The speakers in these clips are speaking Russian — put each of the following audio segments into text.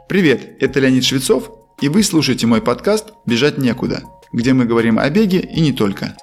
Привет, это Леонид Швецов, и вы слушаете мой подкаст «Бежать некуда», где мы говорим о беге и не только.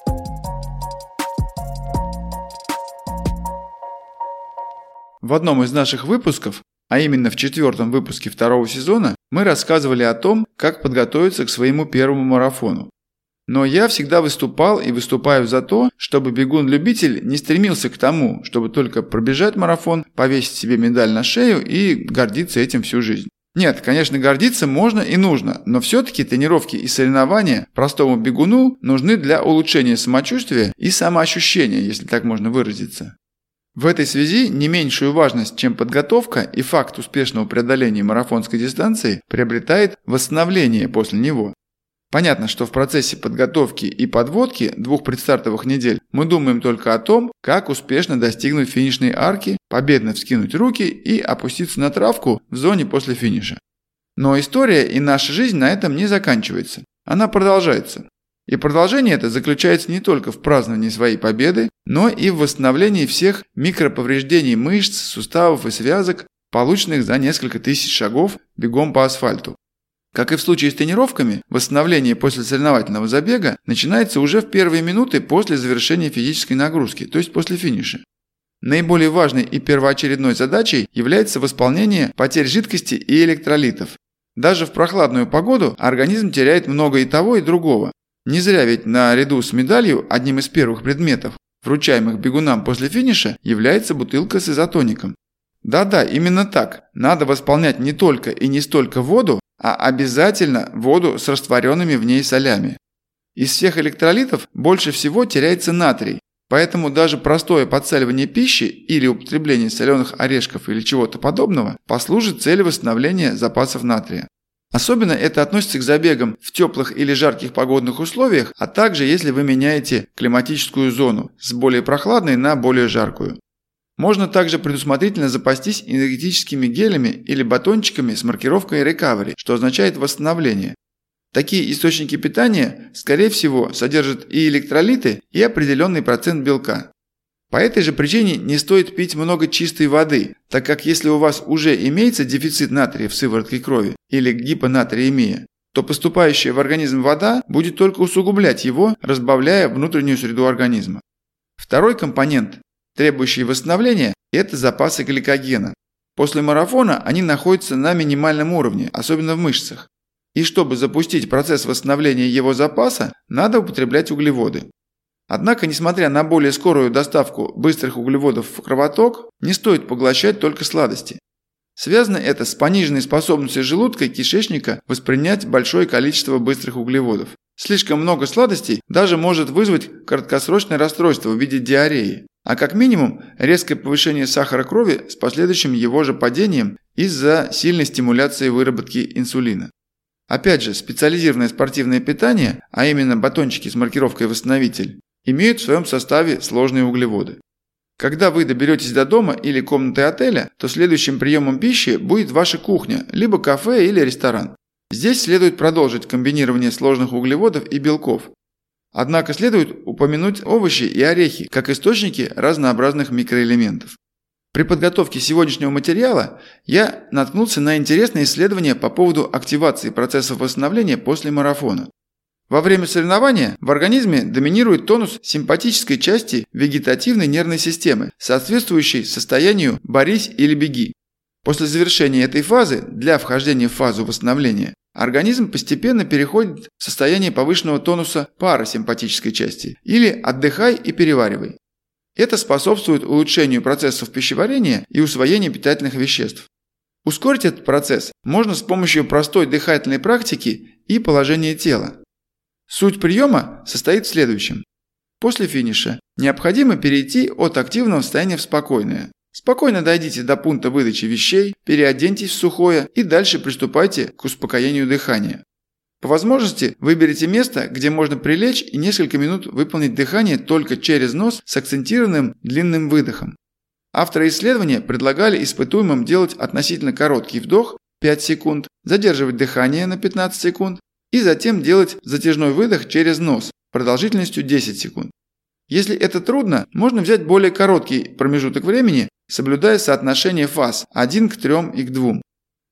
В одном из наших выпусков, а именно в 4-м выпуске 2-го сезона, мы рассказывали о том, как подготовиться к своему первому марафону. Но я всегда выступал и выступаю за то, чтобы бегун-любитель не стремился к тому, чтобы только пробежать марафон, повесить себе медаль на шею и гордиться этим всю жизнь. Нет, конечно, гордиться можно и нужно, но все-таки тренировки и соревнования простому бегуну нужны для улучшения самочувствия и самоощущения, если так можно выразиться. В этой связи не меньшую важность, чем подготовка и факт успешного преодоления марафонской дистанции, приобретает восстановление после него. Понятно, что в процессе подготовки и подводки 2 предстартовых недель мы думаем только о том, как успешно достигнуть финишной арки, победно вскинуть руки и опуститься на травку в зоне после финиша. Но история и наша жизнь на этом не заканчивается. Она продолжается. И продолжение это заключается не только в праздновании своей победы, но и в восстановлении всех микроповреждений мышц, суставов и связок, полученных за несколько тысяч шагов бегом по асфальту. Как и в случае с тренировками, восстановление после соревновательного забега начинается уже в первые минуты после завершения физической нагрузки, то есть после финиша. Наиболее важной и первоочередной задачей является восполнение потерь жидкости и электролитов. Даже в прохладную погоду организм теряет много и того, и другого. Не зря ведь наряду с медалью одним из первых предметов, вручаемых бегунам после финиша, является бутылка с изотоником. Да-да, именно так. Надо восполнять не только и не столько воду, а обязательно воду с растворенными в ней солями. Из всех электролитов больше всего теряется натрий, поэтому даже простое подсаливание пищи или употребление соленых орешков или чего-то подобного послужит цели восстановления запасов натрия. Особенно это относится к забегам в теплых или жарких погодных условиях, а также если вы меняете климатическую зону с более прохладной на более жаркую. Можно также предусмотрительно запастись энергетическими гелями или батончиками с маркировкой Recovery, что означает восстановление. Такие источники питания, скорее всего, содержат и электролиты, и определенный процент белка. По этой же причине не стоит пить много чистой воды, так как если у вас уже имеется дефицит натрия в сыворотке крови или гипонатриемия, то поступающая в организм вода будет только усугублять его, разбавляя внутреннюю среду организма. Второй компонент, требующий восстановления, это запасы гликогена. После марафона они находятся на минимальном уровне, особенно в мышцах. И чтобы запустить процесс восстановления его запаса, надо употреблять углеводы. Однако, несмотря на более скорую доставку быстрых углеводов в кровоток, не стоит поглощать только сладости. Связано это с пониженной способностью желудка и кишечника воспринять большое количество быстрых углеводов. Слишком много сладостей даже может вызвать краткосрочное расстройство в виде диареи, а как минимум резкое повышение сахара крови с последующим его же падением из-за сильной стимуляции выработки инсулина. Опять же, специализированное спортивное питание, а именно батончики с маркировкой «Восстановитель», имеют в своем составе сложные углеводы. Когда вы доберетесь до дома или комнаты отеля, то следующим приемом пищи будет ваша кухня, либо кафе или ресторан. Здесь следует продолжить комбинирование сложных углеводов и белков. Однако следует упомянуть овощи и орехи как источники разнообразных микроэлементов. При подготовке сегодняшнего материала я наткнулся на интересное исследование по поводу активации процессов восстановления после марафона. Во время соревнования в организме доминирует тонус симпатической части вегетативной нервной системы, соответствующей состоянию «борись или беги». После завершения этой фазы, для вхождения в фазу восстановления, организм постепенно переходит в состояние повышенного тонуса парасимпатической части или «отдыхай и переваривай». Это способствует улучшению процессов пищеварения и усвоения питательных веществ. Ускорить этот процесс можно с помощью простой дыхательной практики и положения тела. Суть приема состоит в следующем. После финиша необходимо перейти от активного состояния в спокойное. Спокойно дойдите до пункта выдачи вещей, переоденьтесь в сухое и дальше приступайте к успокоению дыхания. По возможности выберите место, где можно прилечь и несколько минут выполнить дыхание только через нос с акцентированным длинным выдохом. Авторы исследования предлагали испытуемым делать относительно короткий вдох 5 секунд, задерживать дыхание на 15 секунд и затем делать затяжной выдох через нос продолжительностью 10 секунд. Если это трудно, можно взять более короткий промежуток времени, соблюдая соотношение фаз 1 к 3 и к 2.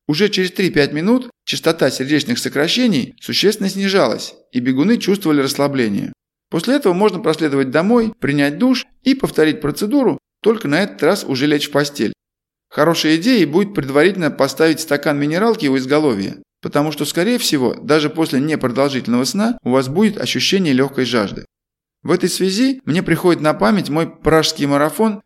Уже через 3-5 минут частота сердечных сокращений существенно снижалась, и бегуны чувствовали расслабление. После этого можно проследовать домой, принять душ и повторить процедуру, только на этот раз уже лечь в постель. Хорошей идеей будет предварительно поставить стакан минералки у изголовья, потому что, скорее всего, даже после непродолжительного сна у вас будет ощущение легкой жажды. В этой связи мне приходит на память мой пражский марафон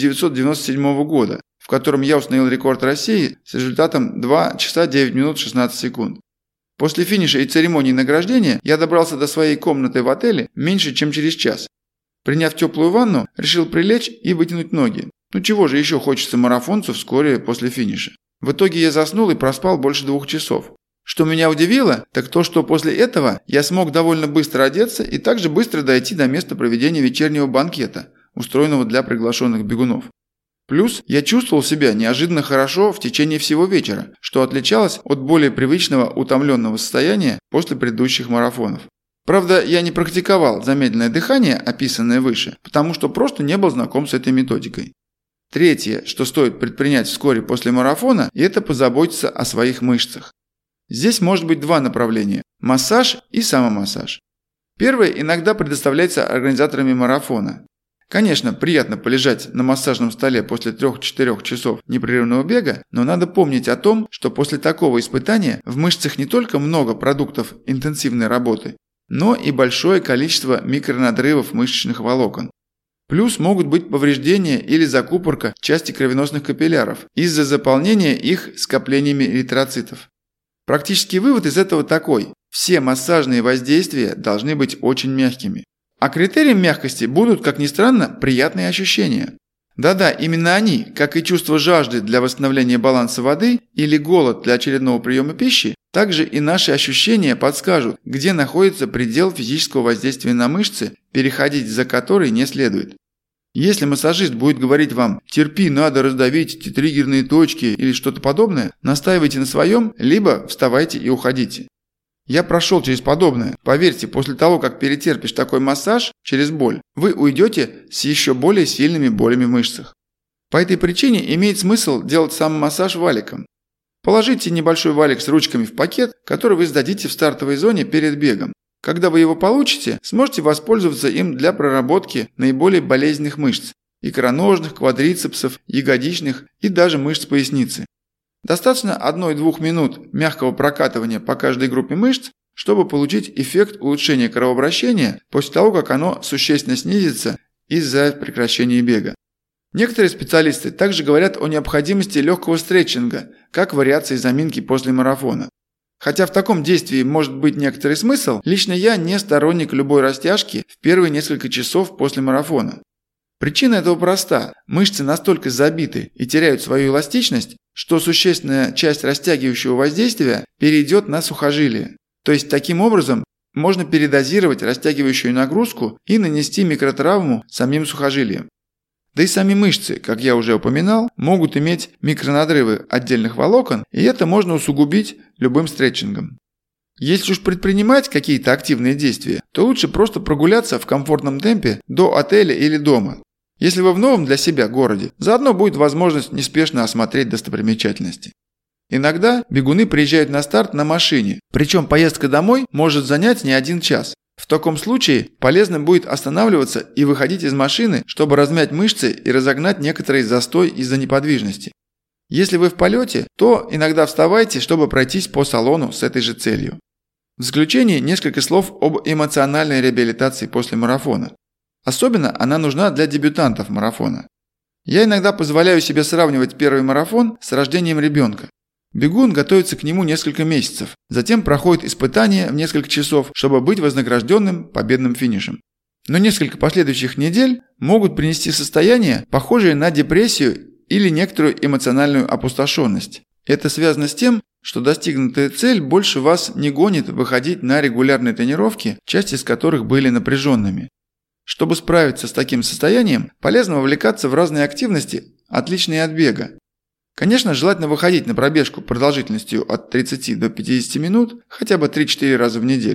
1997 года, в котором я установил рекорд России с результатом 2 часа 9 минут 16 секунд. После финиша и церемонии награждения я добрался до своей комнаты в отеле меньше, чем через час. Приняв теплую ванну, решил прилечь и вытянуть ноги. Ну чего же еще хочется марафонцу вскоре после финиша. В итоге я заснул и проспал больше 2 часов. Что меня удивило, так то, что после этого я смог довольно быстро одеться и также быстро дойти до места проведения вечернего банкета, устроенного для приглашенных бегунов. Плюс я чувствовал себя неожиданно хорошо в течение всего вечера, что отличалось от более привычного утомленного состояния после предыдущих марафонов. Правда, я не практиковал замедленное дыхание, описанное выше, потому что просто не был знаком с этой методикой. Третье, что стоит предпринять вскоре после марафона, это позаботиться о своих мышцах. Здесь может быть 2 направления – массаж и самомассаж. Первое иногда предоставляется организаторами марафона. Конечно, приятно полежать на массажном столе после 3-4 часов непрерывного бега, но надо помнить о том, что после такого испытания в мышцах не только много продуктов интенсивной работы, но и большое количество микронадрывов мышечных волокон. Плюс могут быть повреждения или закупорка части кровеносных капилляров из-за заполнения их скоплениями эритроцитов. Практический вывод из этого такой: все массажные воздействия должны быть очень мягкими. А критерием мягкости будут, как ни странно, приятные ощущения. Да-да, именно они, как и чувство жажды для восстановления баланса воды или голод для очередного приема пищи, также и наши ощущения подскажут, где находится предел физического воздействия на мышцы, переходить за который не следует. Если массажист будет говорить вам «терпи, надо раздавить эти триггерные точки» или что-то подобное, настаивайте на своем, либо вставайте и уходите. Я прошел через подобное. Поверьте, после того, как перетерпишь такой массаж через боль, вы уйдете с еще более сильными болями в мышцах. По этой причине имеет смысл делать самомассаж валиком. Положите небольшой валик с ручками в пакет, который вы сдадите в стартовой зоне перед бегом. Когда вы его получите, сможете воспользоваться им для проработки наиболее болезненных мышц – икроножных, квадрицепсов, ягодичных и даже мышц поясницы. Достаточно 1-2 минут мягкого прокатывания по каждой группе мышц, чтобы получить эффект улучшения кровообращения после того, как оно существенно снизится из-за прекращения бега. Некоторые специалисты также говорят о необходимости легкого стретчинга, как вариации заминки после марафона. Хотя в таком действии может быть некоторый смысл, лично я не сторонник любой растяжки в первые несколько часов после марафона. Причина этого проста. Мышцы настолько забиты и теряют свою эластичность, что существенная часть растягивающего воздействия перейдет на сухожилие. То есть таким образом можно передозировать растягивающую нагрузку и нанести микротравму самим сухожилиям. Да и сами мышцы, как я уже упоминал, могут иметь микронадрывы отдельных волокон, и это можно усугубить любым стретчингом. Если уж предпринимать какие-то активные действия, то лучше просто прогуляться в комфортном темпе до отеля или дома. Если вы в новом для себя городе, заодно будет возможность неспешно осмотреть достопримечательности. Иногда бегуны приезжают на старт на машине, причем поездка домой может занять не 1 час. В таком случае полезно будет останавливаться и выходить из машины, чтобы размять мышцы и разогнать некоторый застой из-за неподвижности. Если вы в полете, то иногда вставайте, чтобы пройтись по салону с этой же целью. В заключение несколько слов об эмоциональной реабилитации после марафона. Особенно она нужна для дебютантов марафона. Я иногда позволяю себе сравнивать первый марафон с рождением ребенка. Бегун готовится к нему несколько месяцев, затем проходит испытания в несколько часов, чтобы быть вознагражденным победным финишем. Но несколько последующих недель могут принести состояние, похожее на депрессию или некоторую эмоциональную опустошенность. Это связано с тем, что достигнутая цель больше вас не гонит выходить на регулярные тренировки, часть из которых были напряженными. Чтобы справиться с таким состоянием, полезно вовлекаться в разные активности, отличные от бега. Конечно, желательно выходить на пробежку продолжительностью от 30 до 50 минут хотя бы 3-4 раза в неделю.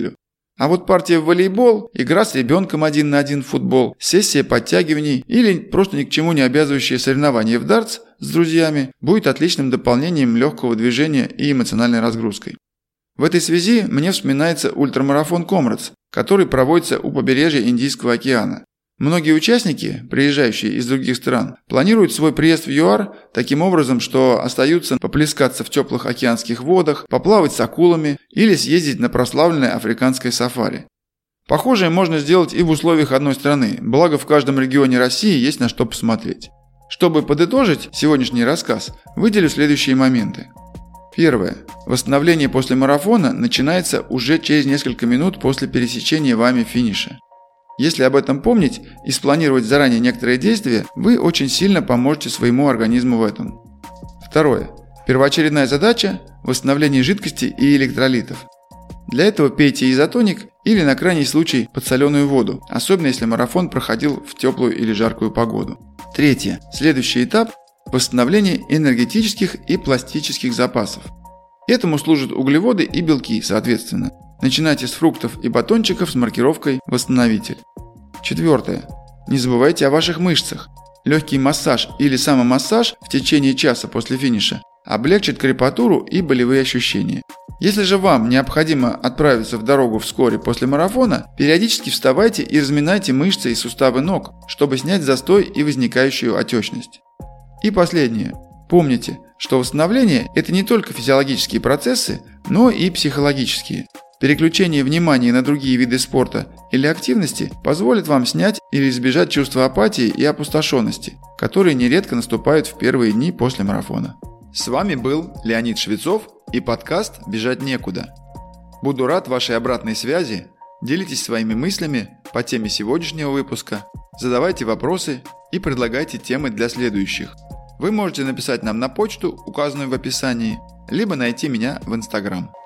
А вот партия в волейбол, игра с ребенком 1 на 1 в футбол, сессия подтягиваний или просто ни к чему не обязывающее соревнование в дартс с друзьями будет отличным дополнением легкого движения и эмоциональной разгрузкой. В этой связи мне вспоминается ультрамарафон Комрадс, который проводится у побережья Индийского океана. Многие участники, приезжающие из других стран, планируют свой приезд в ЮАР таким образом, что остаются поплескаться в теплых океанских водах, поплавать с акулами или съездить на прославленное африканское сафари. Похожее можно сделать и в условиях одной страны, благо в каждом регионе России есть на что посмотреть. Чтобы подытожить сегодняшний рассказ, выделю следующие моменты. Первое. Восстановление после марафона начинается уже через несколько минут после пересечения вами финиша. Если об этом помнить и спланировать заранее некоторые действия, вы очень сильно поможете своему организму в этом. Второе. Первоочередная задача – восстановление жидкости и электролитов. Для этого пейте изотоник или на крайний случай подсоленную воду, особенно если марафон проходил в теплую или жаркую погоду. Третье. Следующий этап – восстановление энергетических и пластических запасов. Этому служат углеводы и белки, соответственно. Начинайте с фруктов и батончиков с маркировкой «Восстановитель». Четвертое. Не забывайте о ваших мышцах. Легкий массаж или самомассаж в течение часа после финиша облегчит крепатуру и болевые ощущения. Если же вам необходимо отправиться в дорогу вскоре после марафона, периодически вставайте и разминайте мышцы и суставы ног, чтобы снять застой и возникающую отечность. И последнее. Помните, что восстановление – это не только физиологические процессы, но и психологические. Переключение внимания на другие виды спорта или активности позволит вам снять или избежать чувства апатии и опустошенности, которые нередко наступают в первые дни после марафона. С вами был Леонид Швецов и подкаст «Бежать некуда». Буду рад вашей обратной связи, делитесь своими мыслями по теме сегодняшнего выпуска, задавайте вопросы и предлагайте темы для следующих. Вы можете написать нам на почту, указанную в описании, либо найти меня в Instagram.